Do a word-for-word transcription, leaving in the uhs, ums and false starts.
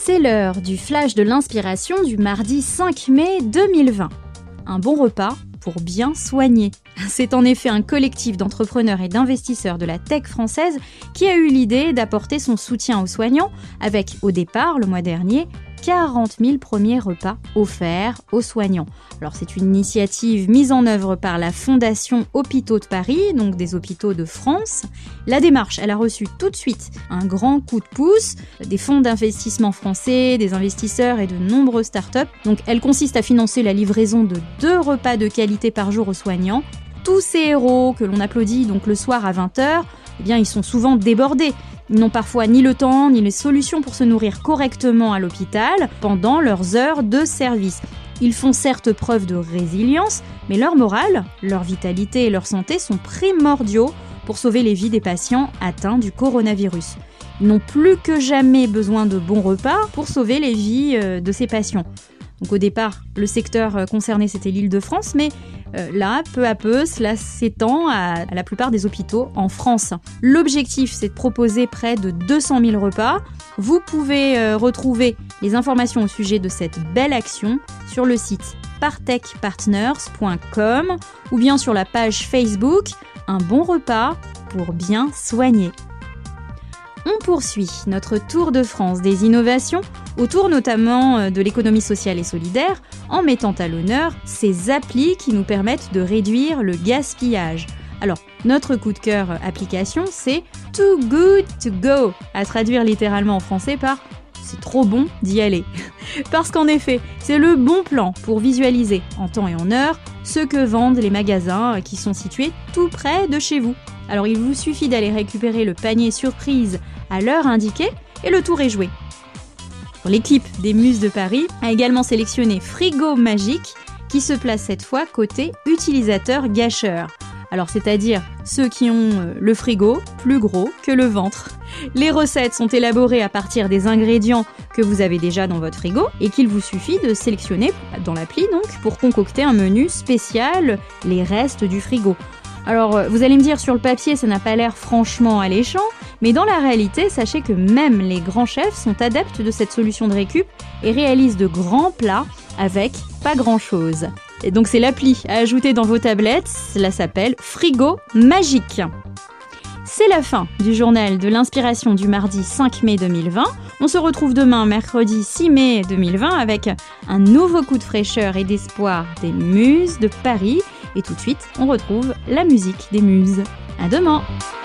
C'est l'heure du flash de l'inspiration du mardi cinq mai deux mille vingt. Un bon repas pour bien soigner. C'est en effet un collectif d'entrepreneurs et d'investisseurs de la tech française qui a eu l'idée d'apporter son soutien aux soignants avec, au départ, le mois dernier, quarante mille premiers repas offerts aux soignants. Alors c'est une initiative mise en œuvre par la Fondation Hôpitaux de Paris, donc des hôpitaux de France. La démarche, elle a reçu tout de suite un grand coup de pouce des fonds d'investissement français, des investisseurs et de nombreuses startups. Donc elle consiste à financer la livraison de deux repas de qualité par jour aux soignants. Tous ces héros que l'on applaudit donc le soir à vingt heures, eh bien ils sont souvent débordés. Ils n'ont parfois ni le temps ni les solutions pour se nourrir correctement à l'hôpital pendant leurs heures de service. Ils font certes preuve de résilience, mais leur morale, leur vitalité et leur santé sont primordiaux pour sauver les vies des patients atteints du coronavirus. Ils n'ont plus que jamais besoin de bons repas pour sauver les vies de ces patients. Donc au départ, le secteur concerné c'était l'Île-de-France, mais euh, là, peu à peu, cela s'étend à, à la plupart des hôpitaux en France. L'objectif, c'est de proposer près de deux cent mille repas. Vous pouvez euh, retrouver les informations au sujet de cette belle action sur le site partech partners point com ou bien sur la page Facebook « Un bon repas pour bien soigner ». On poursuit notre tour de France des innovations autour notamment de l'économie sociale et solidaire en mettant à l'honneur ces applis qui nous permettent de réduire le gaspillage. Alors, notre coup de cœur application, c'est Too Good To Go, à traduire littéralement en français par « c'est trop bon d'y aller ». Parce qu'en effet, c'est le bon plan pour visualiser en temps et en heure ce que vendent les magasins qui sont situés tout près de chez vous. Alors il vous suffit d'aller récupérer le panier surprise à l'heure indiquée et le tour est joué. L'équipe des Muses de Paris a également sélectionné Frigo Magique qui se place cette fois côté utilisateur gâcheur. Alors c'est-à-dire ceux qui ont le frigo plus gros que le ventre. Les recettes sont élaborées à partir des ingrédients que vous avez déjà dans votre frigo et qu'il vous suffit de sélectionner dans l'appli donc pour concocter un menu spécial, les restes du frigo. Alors, vous allez me dire, sur le papier, ça n'a pas l'air franchement alléchant, mais dans la réalité, sachez que même les grands chefs sont adeptes de cette solution de récup et réalisent de grands plats avec pas grand-chose. Et donc, c'est l'appli à ajouter dans vos tablettes, cela s'appelle Frigo Magique. C'est la fin du journal de l'inspiration du mardi cinq mai deux mille vingt. On se retrouve demain, mercredi six mai deux mille vingt, avec un nouveau coup de fraîcheur et d'espoir des Muses de Paris. Et tout de suite, on retrouve la musique des Muses. À demain!